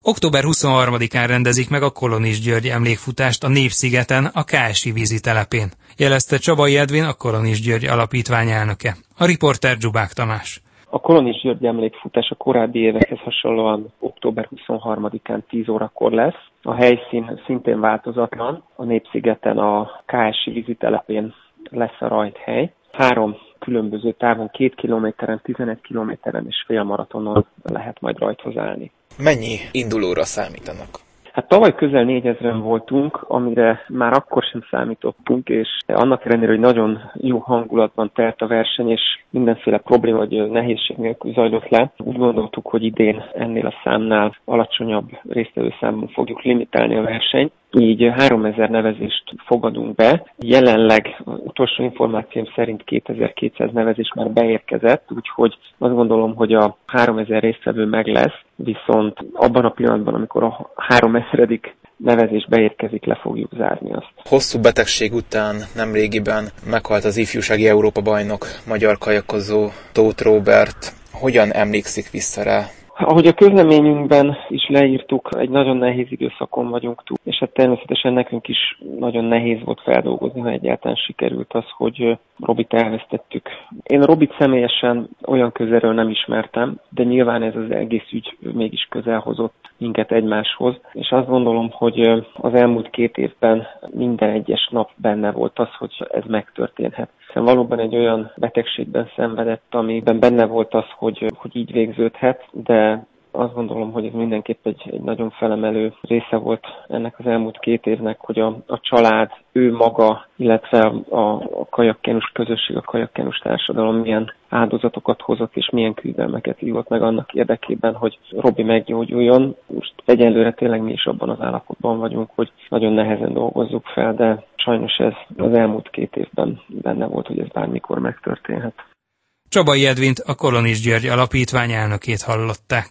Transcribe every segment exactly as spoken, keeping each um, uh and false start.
október huszonharmadikán rendezik meg a Kolonis György emlékfutást a Népszigeten, a ká es i vízitelepén, jelezte Csabai Edvin, a Kolonis György alapítvány elnöke. A riporter Dzsubák Tamás. A Kolonis György emlékfutás a korábbi évekhez hasonlóan október huszonharmadikán tíz órakor lesz. A helyszín szintén változatlan, a Népszigeten a ká es i vízitelepén lesz a rajthely. Három különböző távon, két kilométeren, tizenegy kilométeren és fél maratonon lehet majd rajthoz állni. Mennyi indulóra számítanak? Hát tavaly közel négyezren voltunk, amire már akkor sem számítottunk, és annak ellenére, hogy nagyon jó hangulatban telt a verseny, és mindenféle probléma vagy nehézség nélkül zajlott le, úgy gondoltuk, hogy idén ennél a számnál alacsonyabb résztvevő számban fogjuk limitálni a versenyt. Így háromezer nevezést fogadunk be. Jelenleg az utolsó információm szerint kétezer-kétszáz nevezés már beérkezett, úgyhogy azt gondolom, hogy a háromezer résztvevő meg lesz, viszont abban a pillanatban, amikor a háromezredik nevezés beérkezik, le fogjuk zárni azt. Hosszú betegség után nemrégiben meghalt az ifjúsági Európa-bajnok, magyar kajakozó Tóth Róbert. Hogyan emlékszik vissza rá? Ahogy a közleményünkben is leírtuk, egy nagyon nehéz időszakon vagyunk túl, és hát természetesen nekünk is nagyon nehéz volt feldolgozni, ha egyáltalán sikerült az, hogy Robit elvesztettük. Én Robit személyesen olyan közelről nem ismertem, de nyilván ez az egész ügy mégis közel hozott minket egymáshoz, és azt gondolom, hogy az elmúlt két évben minden egyes nap benne volt az, hogy ez megtörténhet. Hiszen valóban egy olyan betegségben szenvedett, amiben benne volt az, hogy, hogy így végződhet, de azt gondolom, hogy ez mindenképp egy, egy nagyon felemelő része volt ennek az elmúlt két évnek, hogy a, a család, ő maga, illetve a, a kajakkenus közösség, a kajakkenus társadalom milyen áldozatokat hozott és milyen küzdelmeket vívott meg annak érdekében, hogy Robi meggyógyuljon. Most egyelőre tényleg mi is abban az állapotban vagyunk, hogy nagyon nehezen dolgozzuk fel, de sajnos ez az elmúlt két évben benne volt, hogy ez bármikor megtörténhet. Csabai Edvint, a Kolonis György alapítvány elnökét hallották.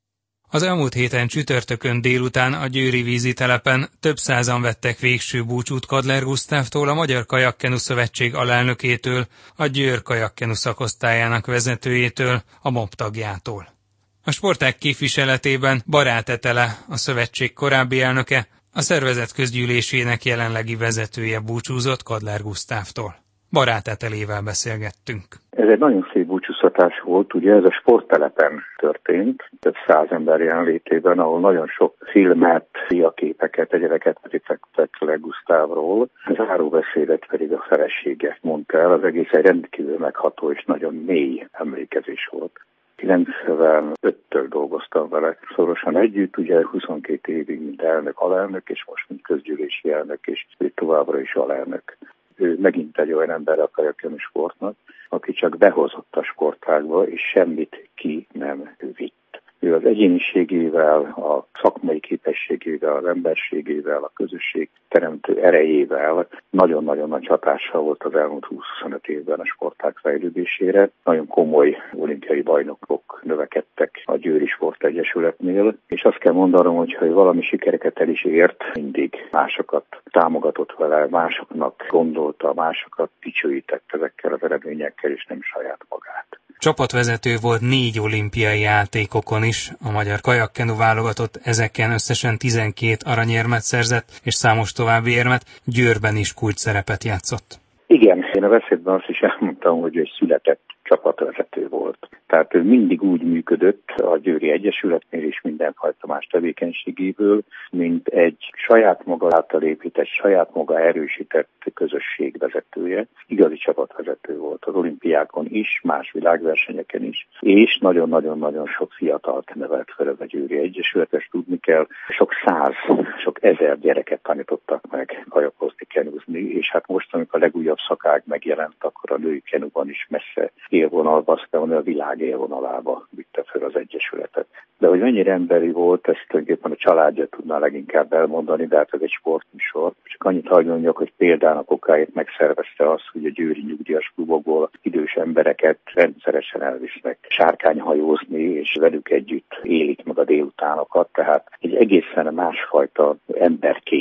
Az elmúlt héten csütörtökön délután a győri vízitelepen több százan vettek végső búcsút Kadler Gusztávtól, a Magyar Kajakkenu Szövetség alelnökétől, a Győr Kajakkenu szakosztályának vezetőjétől, a MOB tagjától. A sportág képviseletében Barát Etele, a szövetség korábbi elnöke, a szervezet közgyűlésének jelenlegi vezetője búcsúzott Kadler Gusztávtól. Barát Etelével beszélgettünk. Ez egy nagyon szép búcsúztatás volt, ugye ez a sporttelepen történt, több száz ember jelenlétében, ahol nagyon sok filmet, fiaképeket, egyebeket vetítettek le Gusztávról. Az záróbeszédet pedig a felesége mondta el, az egész egy rendkívül megható és nagyon mély emlékezés volt. kilencvenöttől dolgoztam vele szorosan együtt, ugye huszonkét évig, mint elnök, alelnök, és most mint közgyűlési elnök, és továbbra is alelnök. Ő megint egy olyan ember a kajakkenu sportnak, aki csak behozott a sportágba, és semmit ki nem vitt. Ő az egyéniségével, a szakmai képességével, az emberségével, a közösség teremtő erejével nagyon-nagyon nagy hatással volt az elmúlt húsz-huszonöt évben a sportág fejlődésére. Nagyon komoly olimpiai bajnokok növekedtek a Győri Sportegyesületnél, és azt kell mondanom, hogy ha valami sikereket el is ért, mindig másokat támogatott vele, másoknak gondolta, másokat dicsőített ezekkel az eredményekkel, és nem saját magát. Csapatvezető volt négy olimpiai játékokon is, a magyar kajakkenu válogatott ezeken összesen tizenkét aranyérmet szerzett, és számos további érmet, Győrben is kulcs szerepet játszott. Igen, én a beszédben azt is elmondtam, hogy egy született csapatvezető volt. Tehát ő mindig úgy működött a Győri Egyesületnél és mindenfajta más tevékenységéből, mint egy saját maga által épített, saját maga erősített közösség vezetője. Igazi csapatvezető volt az olimpiákon is, más világversenyeken is, és nagyon-nagyon-nagyon sok fiatalt nevelt fel ez a Győri Egyesület, ezt tudni kell. Sok száz, sok ezer gyereket tanítottak meg kajakozni, kenuzni, és hát most, amikor a legújabb szakág megjelent, akkor a női kenuban is messze élvonalba, aztán a világ élvonalába vitte fel az Egyesületet. De hogy mennyire emberi volt, ezt tulajdonképpen a családja tudná leginkább elmondani, de hát ez egy sportműsor. Csak annyit hagy mondjak, hogy példának okáért megszervezte azt, hogy a győri nyugdíjas klubokból idős embereket rendszeresen elvisznek sárkányhajózni, és velük együtt élik meg a délutánokat, tehát egy egészen másfajta emberként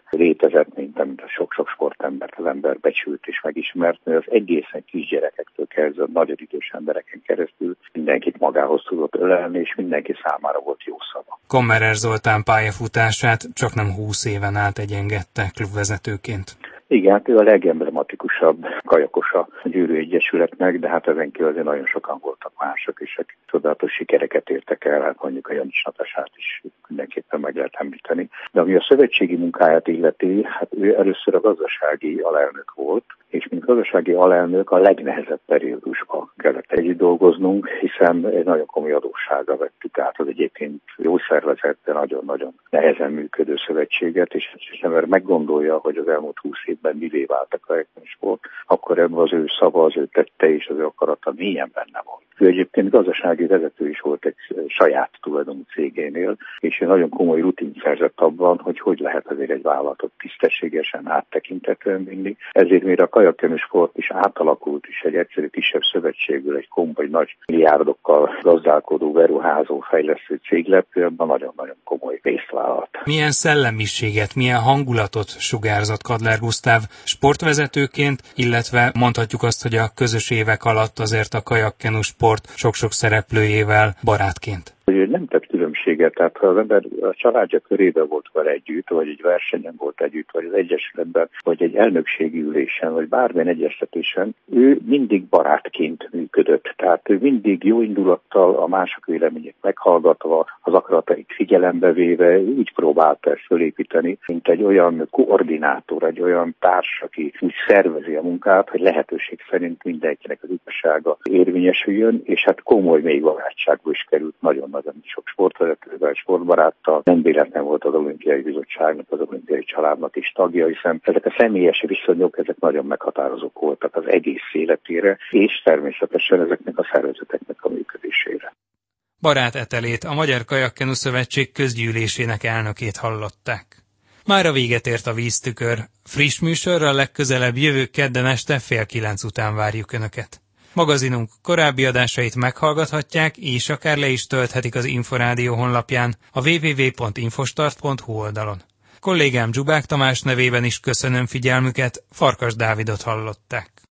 létezett, mint amit a sok-sok sportembert az ember becsült és megismert, mert az egészen kisgyerekektől kezdve nagyon idős embereken keresztül mindenkit magához tudott ölelni, és mindenki számára volt jó szava. Kommerer Zoltán pályafutását csak nem húsz éven át egyengedte klubvezetőként. Igen, hát ő a legemblematikusabb kajakosa a Győri Egyesületnek, de hát ezen kívül azért nagyon sokan voltak mások is, akik csodálatos sikereket értek el, hát mondjuk a Janics Natasát is mindenképpen meg lehet említeni. De ami a szövetségi munkáját illeti, hát ő először a gazdasági alelnök volt, és mint gazdasági alelnök a legnehezebb periódusban kellett együtt dolgoznunk, hiszen egy nagyon komoly adóssága vettük át az egyébként jó szervezett, de nagyon-nagyon nehezen működő szövetséget, és ha ember meggondolja, hogy az elmúlt húsz évben mivé vált a kajaksport, akkor ebben az ő szava, az ő tette és az ő akarata mélyen benne volt. Ő egyébként gazdasági vezető is volt egy saját tulajdonú cégénél, és egy nagyon komoly rutin szerzett abban, hogy hogy lehet azért egy vállalatot tisztességesen áttekintetően vinni. Ezért mire a kajakkenősport is átalakult, és egy egyszerű kisebb szövetségből egy komoly nagy milliárdokkal gazdálkodó, beruházó, fejlesztő cég lett, ebben nagyon-nagyon komoly részt vállalt. Milyen szellemiséget, milyen hangulatot sugárzott Kadler Gusztáv sportvezetőként, illetve mondhatjuk azt, hogy a közös évek alatt azért a kajakkenusport sok-sok szereplőjével barátként. Hogy nem tett különbséget, tehát ha az ember a családja körében volt vele együtt, vagy egy versenyen volt együtt, vagy az egyesületben, vagy egy elnökségi ülésen, vagy bármilyen egyeztetésen, ő mindig barátként működött. Tehát ő mindig jó indulattal, a mások véleményét meghallgatva, az akaratait figyelembe véve úgy próbálta ezt fölépíteni, mint egy olyan koordinátor, egy olyan társ, aki úgy szervezi a munkát, hogy lehetőség szerint mindenkinek az igazsága érvényesüljön, és hát komoly még barátságba is került nagyon nagyon sok sportvezetővel, sportbaráttal. Nem véletlen volt az Olimpiai Bizottságnak, az olimpiai családnak is tagja, hiszen ezek a személyes viszonyok, ezek nagyon meghatározók voltak az egész életére, és természetesen ezeknek a szervezeteknek a működésére. Barát Etelét, a Magyar Kajakkenu Szövetség közgyűlésének elnökét hallották. Mára véget ért a Víztükör. Friss műsorral legközelebb jövő kedden este fél kilenc után várjuk Önöket. Magazinunk korábbi adásait meghallgathatják, és akár le is tölthetik az Inforádió honlapján, a double-u double-u double-u pont infostart pont hu oldalon. Kollégám Dzsubák Tamás nevében is köszönöm figyelmüket, Farkas Dávidot hallották.